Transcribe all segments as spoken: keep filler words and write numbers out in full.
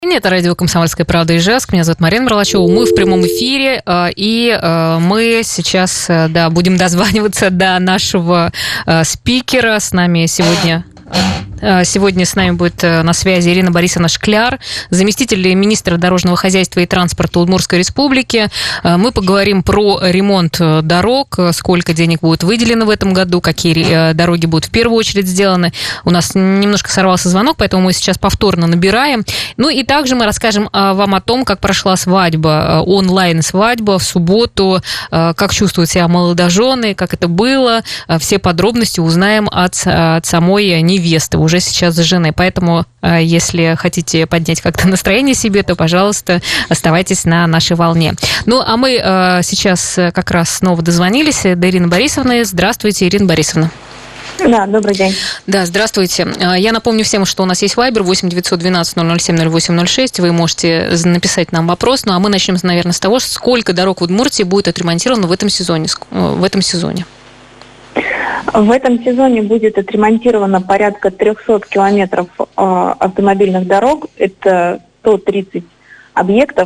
Это радио «Комсомольская правда» Ижевск. Меня зовут Марина Мерлачева. Мы в прямом эфире, и мы сейчас, да, будем дозваниваться до нашего спикера. С нами сегодня... Сегодня с нами будет на связи Ирина Борисовна Шкляр, заместитель министра дорожного хозяйства и транспорта Удмуртской республики. Мы поговорим про ремонт дорог, сколько денег будет выделено в этом году, какие дороги будут в первую очередь сделаны. У нас немножко сорвался звонок, поэтому мы сейчас повторно набираем. Ну и также мы расскажем вам о том, как прошла свадьба, онлайн-свадьба в субботу, как чувствуют себя молодожены, как это было. Все подробности узнаем от, от самой невесты, уже сейчас с женой. Поэтому, если хотите поднять как-то настроение себе, то, пожалуйста, оставайтесь на нашей волне. Ну, а мы сейчас как раз снова дозвонились до Ирины Борисовны. Здравствуйте, Ирина Борисовна. Да, добрый день. Да, здравствуйте. Я напомню всем, что у нас есть Вайбер восемь девятьсот двенадцать ноль ноль семь ноль восемь ноль шесть. Вы можете написать нам вопрос. Ну, а мы начнем, наверное, с того, сколько дорог в Удмуртии будет отремонтировано в этом сезоне. В этом сезоне. В этом сезоне будет отремонтировано порядка триста километров э, автомобильных дорог. Это сто тридцать объектов.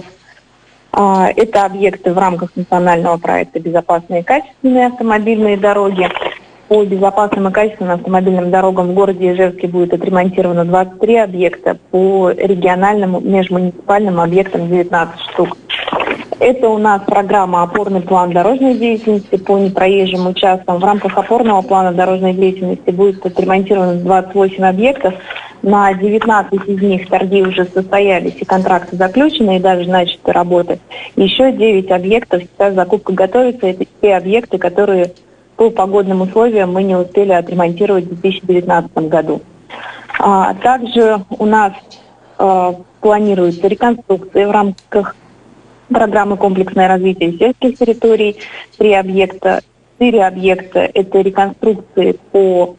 Э, это объекты в рамках национального проекта «Безопасные и качественные автомобильные дороги». По безопасным и качественным автомобильным дорогам в городе Ижевске будет отремонтировано двадцать три объекта, по региональным межмуниципальным объектам девятнадцать штук. Это у нас программа «Опорный план дорожной деятельности» по непроезжим участкам. В рамках опорного плана дорожной деятельности будет отремонтировано двадцать восемь объектов. На девятнадцать из них торги уже состоялись и контракты заключены, и даже начаты работы. Еще девять объектов, сейчас закупка готовится. Это те объекты, которые по погодным условиям мы не успели отремонтировать в две тысячи девятнадцатом году. А, также у нас а, планируется реконструкция в рамках программы «Комплексное развитие сельских территорий». Три объекта. Четыре объекта – это реконструкции по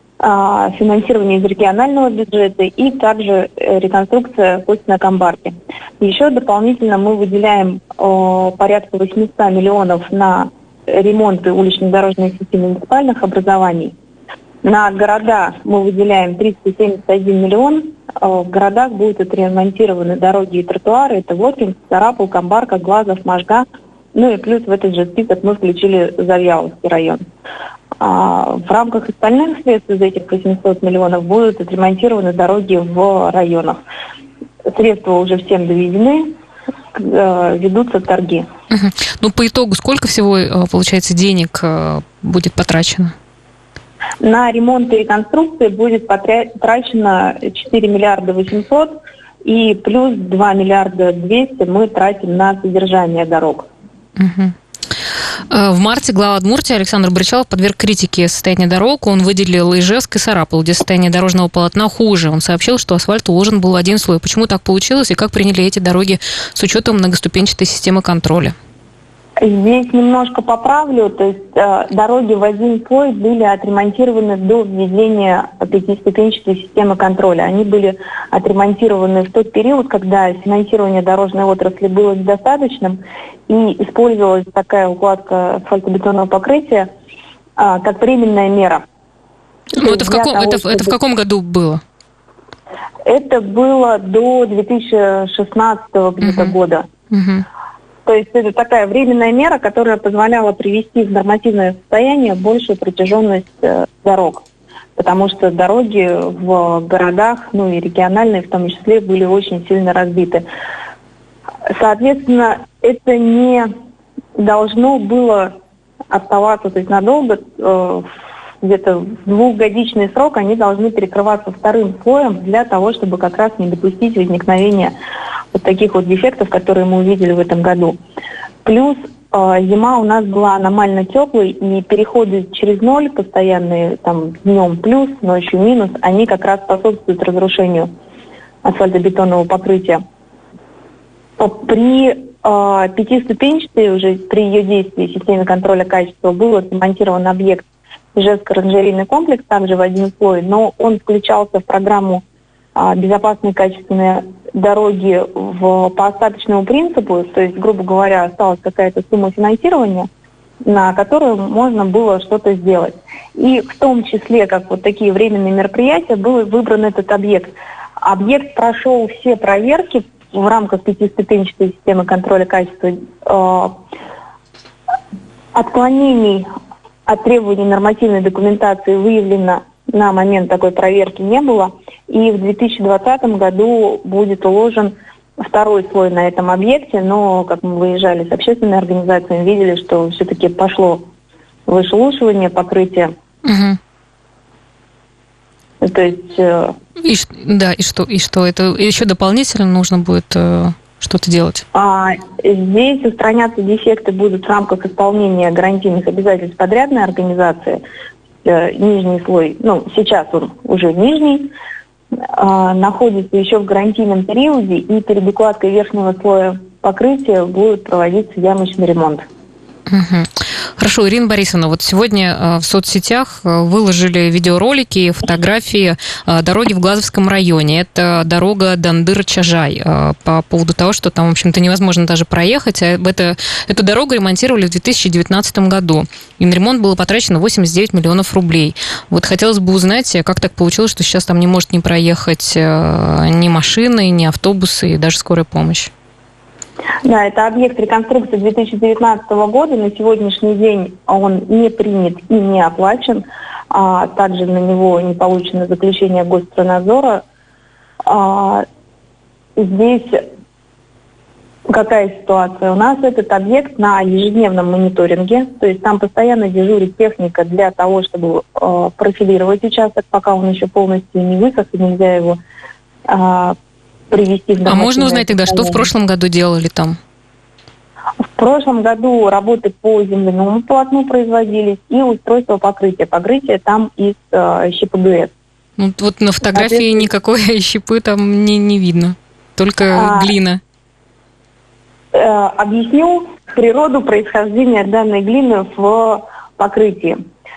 а, финансированию из регионального бюджета и также реконструкция в Костино-Камбарке. Еще дополнительно мы выделяем о, порядка восемьсот миллионов на ремонты улично-дорожной сети муниципальных образований. На города мы выделяем триста семьдесят один миллион. В городах будут отремонтированы дороги и тротуары. Это Воткинск, Сарапул, Камбарка, Глазов, Можга. Ну и плюс в этот же список мы включили Завьяловский район. А в рамках остальных средств из этих восьмисот миллионов будут отремонтированы дороги в районах. Средства уже всем доведены, ведутся торги. Угу. Ну, по итогу, сколько всего, получается, денег будет потрачено? На ремонт и реконструкцию будет потрачено четыре миллиарда восемьсот, и плюс два миллиарда двести мы тратим на содержание дорог. Угу. В марте глава Удмуртии Александр Брычалов подверг критике состояние дорог. Он выделил Ижевск и Сарапул, где состояние дорожного полотна хуже. Он сообщил, что асфальт уложен был один слой. Почему так получилось и как приняли эти дороги с учетом многоступенчатой системы контроля? Здесь немножко поправлю, то есть э, дороги в один слой были отремонтированы до введения пятиступенчатой системы контроля. Они были отремонтированы в тот период, когда финансирование дорожной отрасли было недостаточным, и использовалась такая укладка асфальтобетонного покрытия э, как временная мера. Ну, это, в каком, того, это, чтобы... это в каком году было? Это было до две тысячи шестнадцатого где-то uh-huh. года. Uh-huh. То есть это такая временная мера, которая позволяла привести в нормативное состояние большую протяженность э, дорог. Потому что дороги в городах, ну и региональные в том числе, были очень сильно разбиты. Соответственно, это не должно было оставаться, то есть надолго, э, где-то в двухгодичный срок они должны перекрываться вторым слоем для того, чтобы как раз не допустить возникновения вот таких вот дефектов, которые мы увидели в этом году. Плюс э, зима у нас была аномально теплой, и переходы через ноль, постоянные там днем плюс, ночью минус, они как раз способствуют разрушению асфальтобетонного покрытия. При э, пятиступенчатой, уже при ее действии в системе контроля качества, был отремонтирован объект Ижевско-оранжерейный комплекс, также в один слой, но он включался в программу а, безопасные качественные дороги в, по остаточному принципу, то есть, грубо говоря, осталась какая-то сумма финансирования, на которую можно было что-то сделать. И в том числе, как вот такие временные мероприятия, был выбран этот объект. Объект прошел все проверки в рамках пятиступенчатой системы контроля качества. Отклонений от требований нормативной документации выявлено на момент такой проверки не было. И в две тысячи двадцатом году будет уложен второй слой на этом объекте, но, как мы выезжали с общественной организацией, видели, что все-таки пошло вышелушивание покрытия. Угу. То есть... Э... И, да, и что? И что? Это еще дополнительно нужно будет э, что-то делать? А, здесь устраняться дефекты будут в рамках исполнения гарантийных обязательств подрядной организации. Э, нижний слой, ну, сейчас он уже нижний, э, находится еще в гарантийном периоде, и перед укладкой верхнего слоя покрытия будет проводиться ямочный ремонт. Угу. Хорошо, Ирина Борисовна, вот сегодня в соцсетях выложили видеоролики и фотографии дороги в Глазовском районе. Это дорога Дандыр-Чажай. По поводу того, что там, в общем-то, невозможно даже проехать. Это, эту дорогу ремонтировали в две тысячи девятнадцатом году. И на ремонт было потрачено восемьдесят девять миллионов рублей. Вот хотелось бы узнать, как так получилось, что сейчас там не может не проехать ни машины, ни автобусы, и даже скорая помощь. Да, это объект реконструкции две тысячи девятнадцатого года. На сегодняшний день он не принят и не оплачен. А также на него не получено заключение Госстройнадзора. А здесь какая ситуация? У нас этот объект на ежедневном мониторинге. То есть там постоянно дежурит техника для того, чтобы э, профилировать участок, пока он еще полностью не высох, и нельзя его... Э, привести в А можно узнать тогда, что в прошлом году делали там? В прошлом году работы по земляному полотну производились и устройство покрытия. Покрытие там из э, ЩПГС. Ну, вот на фотографии никакой щепы там не, не видно, только а, глина. Э, объясню природу происхождения данной глины в покрытии.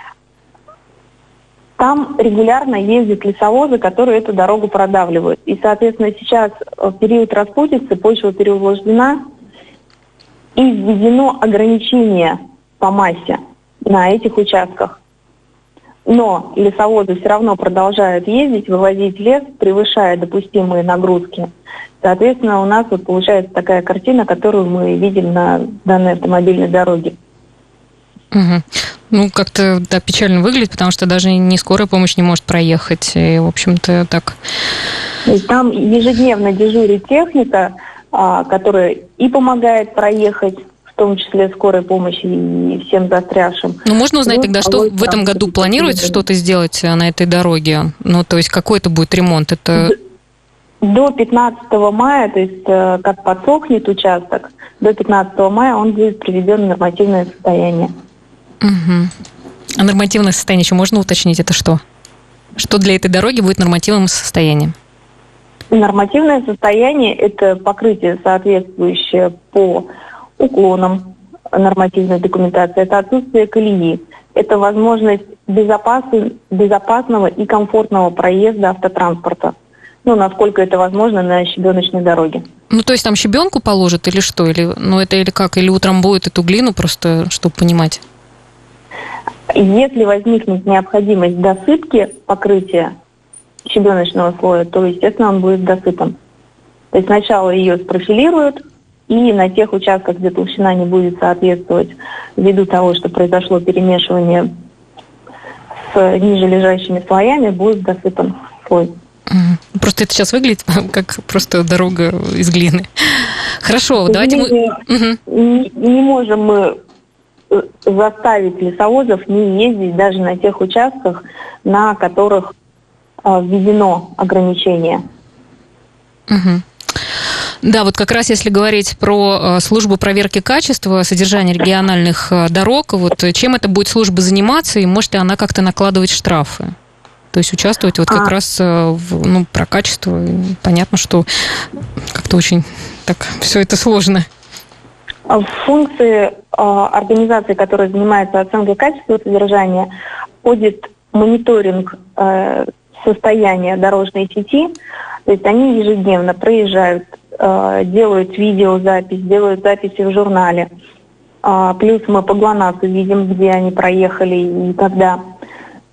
Там регулярно ездят лесовозы, которые эту дорогу продавливают. И, соответственно, сейчас в период распутицы почва переувлажнена и введено ограничение по массе на этих участках. Но лесовозы все равно продолжают ездить, вывозить лес, превышая допустимые нагрузки. Соответственно, у нас вот получается такая картина, которую мы видим на данной автомобильной дороге. Угу. Ну, как-то, да, печально выглядит, потому что даже не скорая помощь не может проехать. И, в общем-то, так... И там ежедневно дежурит техника, которая и помогает проехать, в том числе скорой помощи и всем застрявшим. Ну, можно узнать ну, тогда, что в этом году планируется что-то сделать на этой дороге? Ну, то есть, какой это будет ремонт? Это... До пятнадцатого мая, то есть, как подсохнет участок, до пятнадцатого мая он будет приведен в нормативное состояние. Угу. А нормативное состояние еще можно уточнить? Это что? Что для этой дороги будет нормативным состоянием? Нормативное состояние – это покрытие, соответствующее по уклонам нормативной документации. Это отсутствие колеи. Это возможность безопасный, безопасного и комфортного проезда автотранспорта. Ну, насколько это возможно на щебеночной дороге. Ну, то есть там щебенку положат или что? Или, ну, это или как? Или утрамбуют эту глину, просто чтобы понимать? Если возникнет необходимость досыпки покрытия щебеночного слоя, то, естественно, он будет досыпан. То есть сначала ее спрофилируют, и на тех участках, где толщина не будет соответствовать, ввиду того, что произошло перемешивание с ниже лежащими слоями, будет досыпан слой. Просто это сейчас выглядит как просто дорога из глины. Хорошо, давайте мы... Не, не можем мы заставить лесовозов не ездить даже на тех участках, на которых введено ограничение. Угу. Да, вот как раз если говорить про службу проверки качества, содержания региональных дорог, вот чем эта будет служба заниматься, и может ли она как-то накладывать штрафы? То есть участвовать вот как а. раз в, ну, про качество. Понятно, что как-то очень так все это сложно. В функции э, организации, которая занимается оценкой качества содержания, входит мониторинг э, состояния дорожной сети. То есть они ежедневно проезжают, э, делают видеозапись, делают записи в журнале. Э, плюс мы по ГЛОНАССу видим, где они проехали и когда.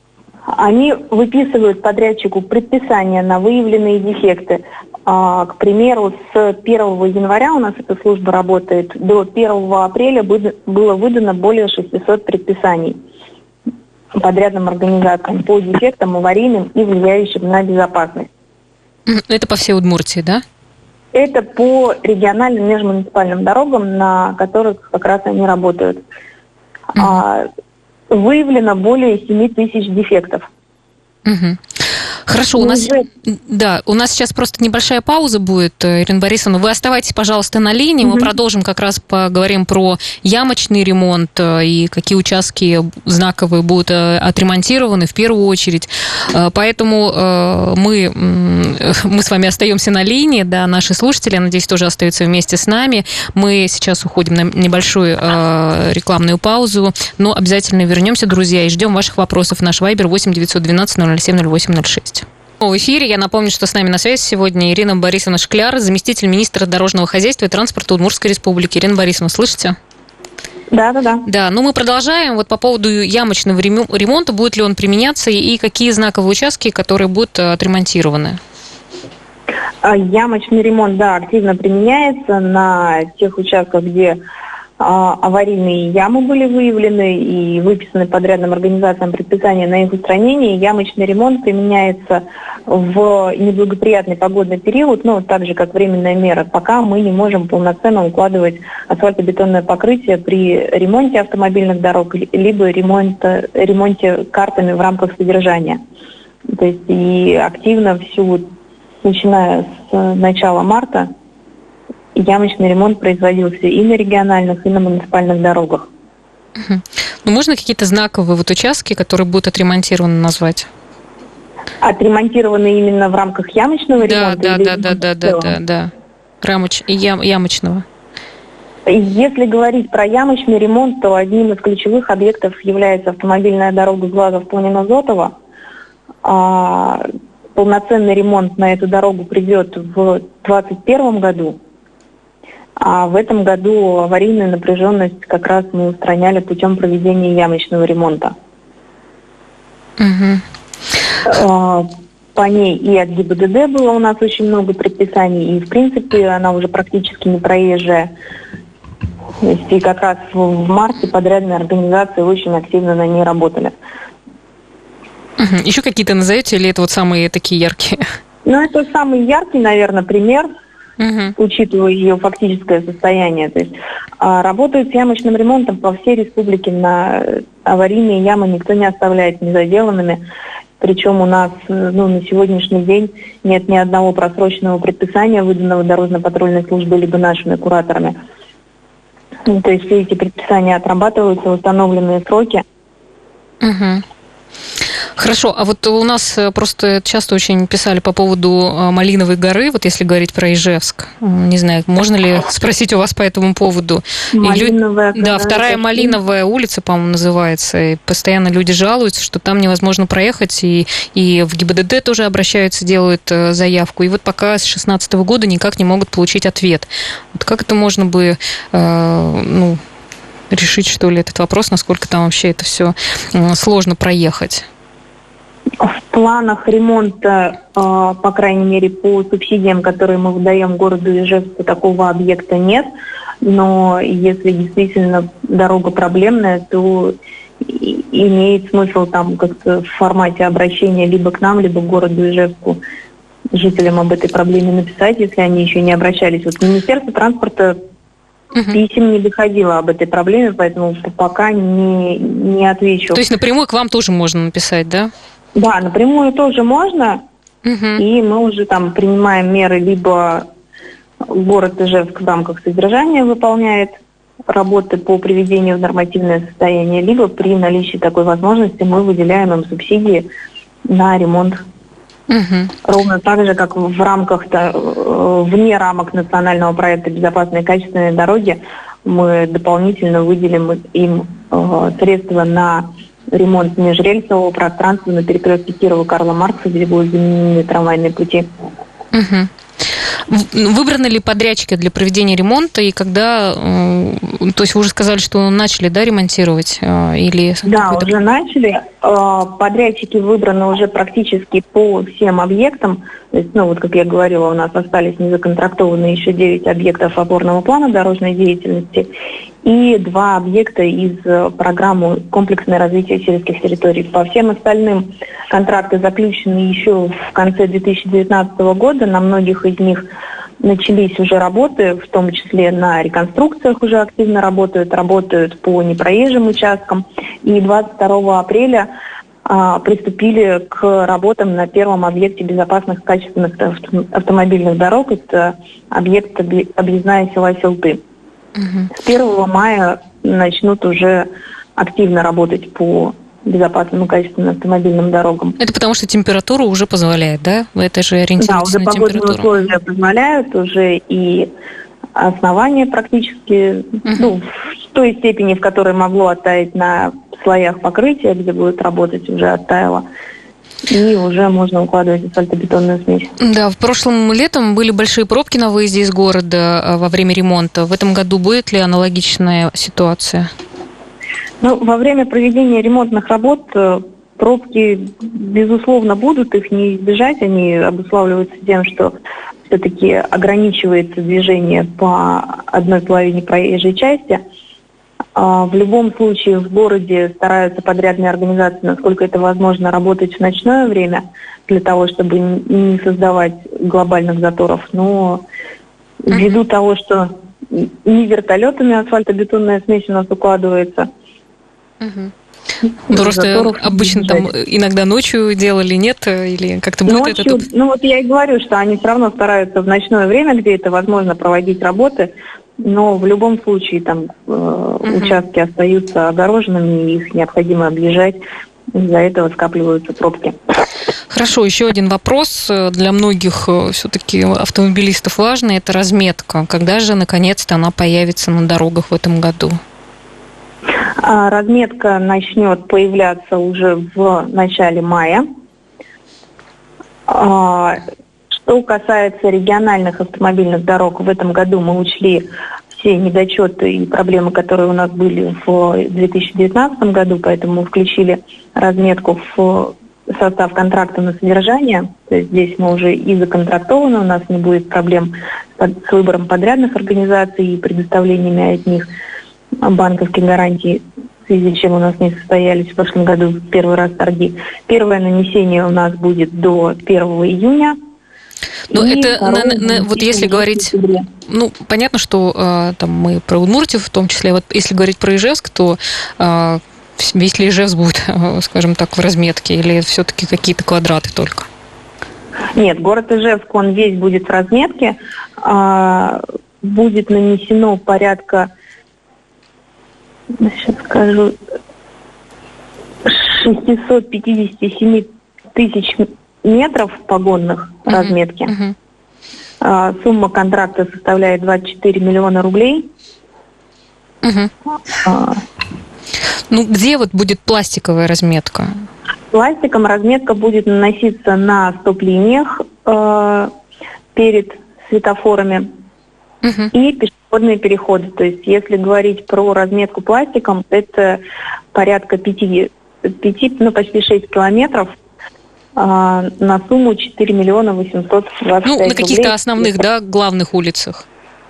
Они выписывают подрядчику предписания на выявленные дефекты. К примеру, с первого января у нас эта служба работает, до первого апреля было выдано более шестисот предписаний подрядным организациям по дефектам аварийным и влияющим на безопасность. Это по всей Удмуртии, да? Это по региональным межмуниципальным дорогам, на которых как раз они работают. Mm-hmm. Выявлено более семи тысяч дефектов. Mm-hmm. Хорошо, у нас, да, у нас сейчас просто небольшая пауза будет, Ирина Борисовна. Вы оставайтесь, пожалуйста, на линии. Мы mm-hmm. продолжим, как раз поговорим про ямочный ремонт и какие участки знаковые будут отремонтированы в первую очередь. Поэтому мы, мы с вами остаемся на линии, да, наши слушатели, я надеюсь, тоже остаются вместе с нами. Мы сейчас уходим на небольшую рекламную паузу, но обязательно вернемся, друзья, и ждем ваших вопросов. Наш вайбер восемь девятьсот двенадцать ноль ноль семь ноль восемь ноль шесть. В эфире. Я напомню, что с нами на связи сегодня Ирина Борисовна Шкляр, заместитель министра дорожного хозяйства и транспорта Удмуртской республики. Ирина Борисовна, слышите? Да, да, да. Да, ну мы продолжаем. Вот по поводу ямочного ремонта, будет ли он применяться и какие знаковые участки, которые будут отремонтированы? Ямочный ремонт, да, активно применяется на тех участках, где аварийные ямы были выявлены и выписаны подрядным организациям предписания на их устранение. Ямочный ремонт применяется в неблагоприятный погодный период, ну, так же, как временная мера, пока мы не можем полноценно укладывать асфальтобетонное покрытие при ремонте автомобильных дорог, либо ремонте, ремонте картами в рамках содержания. То есть и активно всю, начиная с начала марта, ямочный ремонт производился и на региональных, и на муниципальных дорогах. Угу. Ну, можно какие-то знаковые вот участки, которые будут отремонтированы, назвать? Отремонтированы именно в рамках ямочного да, ремонта? Да, да, да, да, да, да, да. Рамоч... Ям... Ямочного. Если говорить про ямочный ремонт, то одним из ключевых объектов является автомобильная дорога Глазов-Планина-Зотова. А полноценный ремонт на эту дорогу придет в двадцать первом году. А в этом году аварийную напряженность как раз мы устраняли путем проведения ямочного ремонта. Угу. По ней и от ГИБДД было у нас очень много предписаний, и в принципе она уже практически не проезжая. И как раз в марте подрядные организации очень активно на ней работали. Угу. Еще какие-то назовете, или это вот самые такие яркие? Ну, это самый яркий, наверное, пример. Uh-huh. Учитывая ее фактическое состояние. То есть а, работают с ямочным ремонтом по всей республике. На аварийные ямы никто не оставляет незаделанными. Причем у нас ну, на сегодняшний день нет ни одного просроченного предписания, выданного дорожно-патрульной службой либо нашими кураторами. То есть все эти предписания отрабатываются в установленные сроки. Uh-huh. Хорошо, а вот у нас просто часто очень писали по поводу Малиновой горы, вот если говорить про Ижевск. Не знаю, можно ли спросить у вас по этому поводу? Малиновая гора. Да, вторая Малиновая улица, по-моему, называется. И постоянно люди жалуются, что там невозможно проехать, и, и в ГИБДД тоже обращаются, делают заявку. И вот пока с две тысячи шестнадцатого года никак не могут получить ответ. Вот как это можно бы, э, ну, решить, что ли, этот вопрос, насколько там вообще это все сложно проехать? В планах ремонта, по крайней мере, по субсидиям, которые мы выдаем городу Ижевску, такого объекта нет. Но если действительно дорога проблемная, то имеет смысл там как-то в формате обращения либо к нам, либо к городу Ижевску жителям об этой проблеме написать, если они еще не обращались. Вот Министерство транспорта Uh-huh. писем не доходило об этой проблеме, поэтому пока не, не отвечу. То есть напрямую к вам тоже можно написать, да? Да, напрямую тоже можно, uh-huh. и мы уже там принимаем меры, либо город Ижевск в рамках содержания выполняет работы по приведению в нормативное состояние, либо при наличии такой возможности мы выделяем им субсидии на ремонт. Угу. Ровно так же, как в рамках, вне рамок национального проекта «Безопасные и качественные дороги» мы дополнительно выделим им средства на ремонт межрельсового пространства на перекрестке Кирова-Карла Маркса, где будут заменены трамвайные пути. Угу. Выбраны ли подрядчики для проведения ремонта, и когда, то есть вы уже сказали, что начали, да, ремонтировать? Или да, уже начали. Подрядчики выбраны уже практически по всем объектам. То есть, ну, вот как я говорила, у нас остались незаконтрактованные еще девять объектов опорного плана дорожной деятельности и два объекта из программы «Комплексное развитие сельских территорий». По всем остальным контракты заключены еще в конце две тысячи девятнадцатого года. На многих из них начались уже работы, в том числе на реконструкциях уже активно работают, работают по непроезжим участкам. И двадцать второго апреля а, приступили к работам на первом объекте безопасных качественных автомобильных дорог. Это объект объездная села Селты. Угу. С первого мая начнут уже активно работать по безопасным и качественным автомобильным дорогам. Это потому, что температура уже позволяет, да? Это же ориентируется на температуру. Да, уже погодные условия позволяют, уже и основание практически, uh-huh. ну, в той степени, в которой могло оттаять на слоях покрытия, где будет работать, уже оттаяло. И уже можно укладывать асфальтобетонную смесь. Да, в прошлом летом были большие пробки на выезде из города во время ремонта. В этом году будет ли аналогичная ситуация? Ну, во время проведения ремонтных работ пробки, безусловно, будут, их не избежать. Они обуславливаются тем, что все-таки ограничивается движение по одной половине проезжей части. В любом случае в городе стараются подрядные организации, насколько это возможно, работать в ночное время для того, чтобы не создавать глобальных заторов. Но ввиду того, что не вертолетами асфальтобетонная смесь у нас укладывается, угу. Просто обычно там иногда ночью делали, нет? Или как-то будет ночью, это тут? Ну вот я и говорю, что они все равно стараются в ночное время, где это возможно, проводить работы, но в любом случае там э, uh-huh. участки остаются огороженными, их необходимо объезжать, из-за этого скапливаются пробки. Хорошо, еще один вопрос для многих все-таки автомобилистов важный, это разметка. Когда же наконец-то она появится на дорогах в этом году? Разметка начнет появляться уже в начале мая. Что касается региональных автомобильных дорог, в этом году мы учли все недочеты и проблемы, которые у нас были в две тысячи девятнадцатом году, поэтому мы включили разметку в состав контракта на содержание. То есть здесь мы уже и законтрактованы, у нас не будет проблем с выбором подрядных организаций и предоставлениями от них банковских гарантий, в связи с чем у нас не состоялись в прошлом году первый раз торги. Первое нанесение у нас будет до первого июня. Ну, это, на, на, вот если говорить, ну, понятно, что э, там мы про Удмуртию в том числе, вот если говорить про Ижевск, то э, весь ли Ижевск будет, э, скажем так, в разметке, или все-таки какие-то квадраты только? Нет, город Ижевск, он весь будет в разметке, э, будет нанесено порядка, сейчас скажу, шестьсот пятьдесят семь тысяч метров погонных uh-huh. разметки. Uh-huh. А, сумма контракта составляет двадцать четыре миллиона рублей. Uh-huh. А, ну, где вот будет пластиковая разметка? Пластиком разметка будет наноситься на стоп-линиях э, перед светофорами uh-huh. и пешеходные переходы. То есть, если говорить про разметку пластиком, это порядка пяти, пяти, ну, почти шесть километров на сумму четыре миллиона восемьсот двадцать пять рублей. Ну, на каких-то основных, да, главных улицах?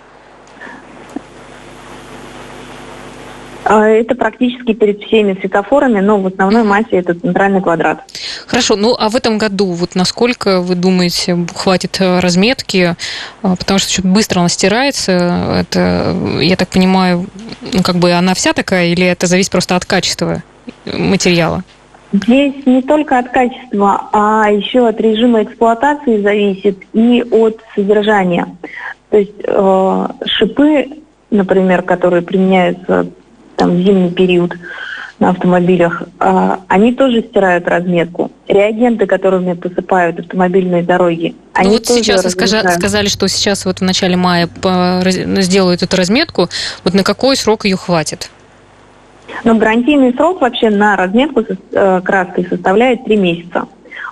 Это практически перед всеми светофорами, но в основной массе это центральный квадрат. Хорошо, ну а в этом году вот насколько, вы думаете, хватит разметки? Потому что что-то быстро она стирается. Это, я так понимаю, ну, как бы она вся такая, или это зависит просто от качества материала? Здесь не только от качества, а еще от режима эксплуатации зависит и от содержания. То есть э, шипы, например, которые применяются там, в зимний период на автомобилях, э, они тоже стирают разметку. Реагенты, которыми посыпают автомобильные дороги, они ну вот тоже сейчас вы сказали, что сейчас вот в начале мая по, сделают эту разметку. Вот на какой срок ее хватит? Но гарантийный срок вообще на разметку с э, краской составляет три месяца.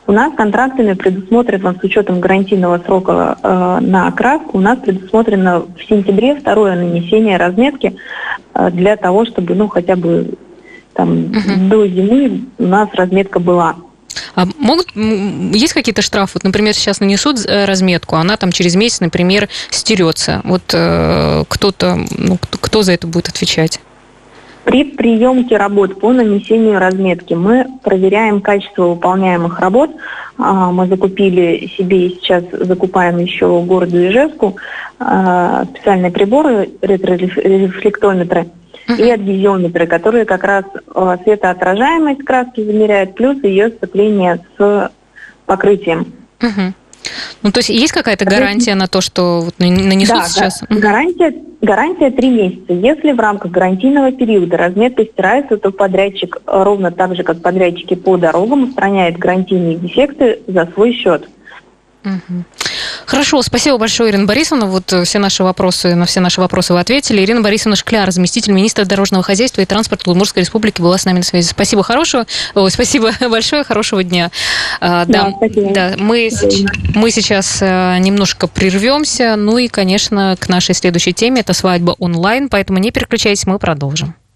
У нас контрактами предусмотрено, с учетом гарантийного срока э, на окраску, у нас предусмотрено в сентябре второе нанесение разметки э, для того, чтобы, ну, хотя бы там uh-huh. до зимы у нас разметка была. А могут, есть какие-то штрафы? Вот, например, сейчас нанесут разметку, она там через месяц, например, стерется. Вот э, кто-то, ну, кто, кто за это будет отвечать? При приемке работ по нанесению разметки мы проверяем качество выполняемых работ. А, мы закупили себе и сейчас закупаем еще в городу Ижевску а, специальные приборы, ретро-рефлектометры и адгезиометры, которые как раз а, светоотражаемость краски замеряют, плюс ее сцепление с покрытием. Угу. Ну, то есть есть какая-то гарантия на то, что вот нанесут да, сейчас? Да, гарантия, гарантия три месяца. Если в рамках гарантийного периода разметка стирается, то подрядчик, ровно так же, как подрядчики по дорогам, устраняет гарантийные дефекты за свой счет. Угу. Хорошо, спасибо большое, Ирина Борисовна. Вот все наши вопросы, на все наши вопросы вы ответили. Ирина Борисовна Шкляр, заместитель министра дорожного хозяйства и транспорта Удмуртской республики, была с нами на связи. Спасибо хорошего, ой, спасибо большое, хорошего дня. А, да, да, да, мы, мы сейчас немножко прервемся, ну и, конечно, к нашей следующей теме, это свадьба онлайн, поэтому не переключайтесь, мы продолжим.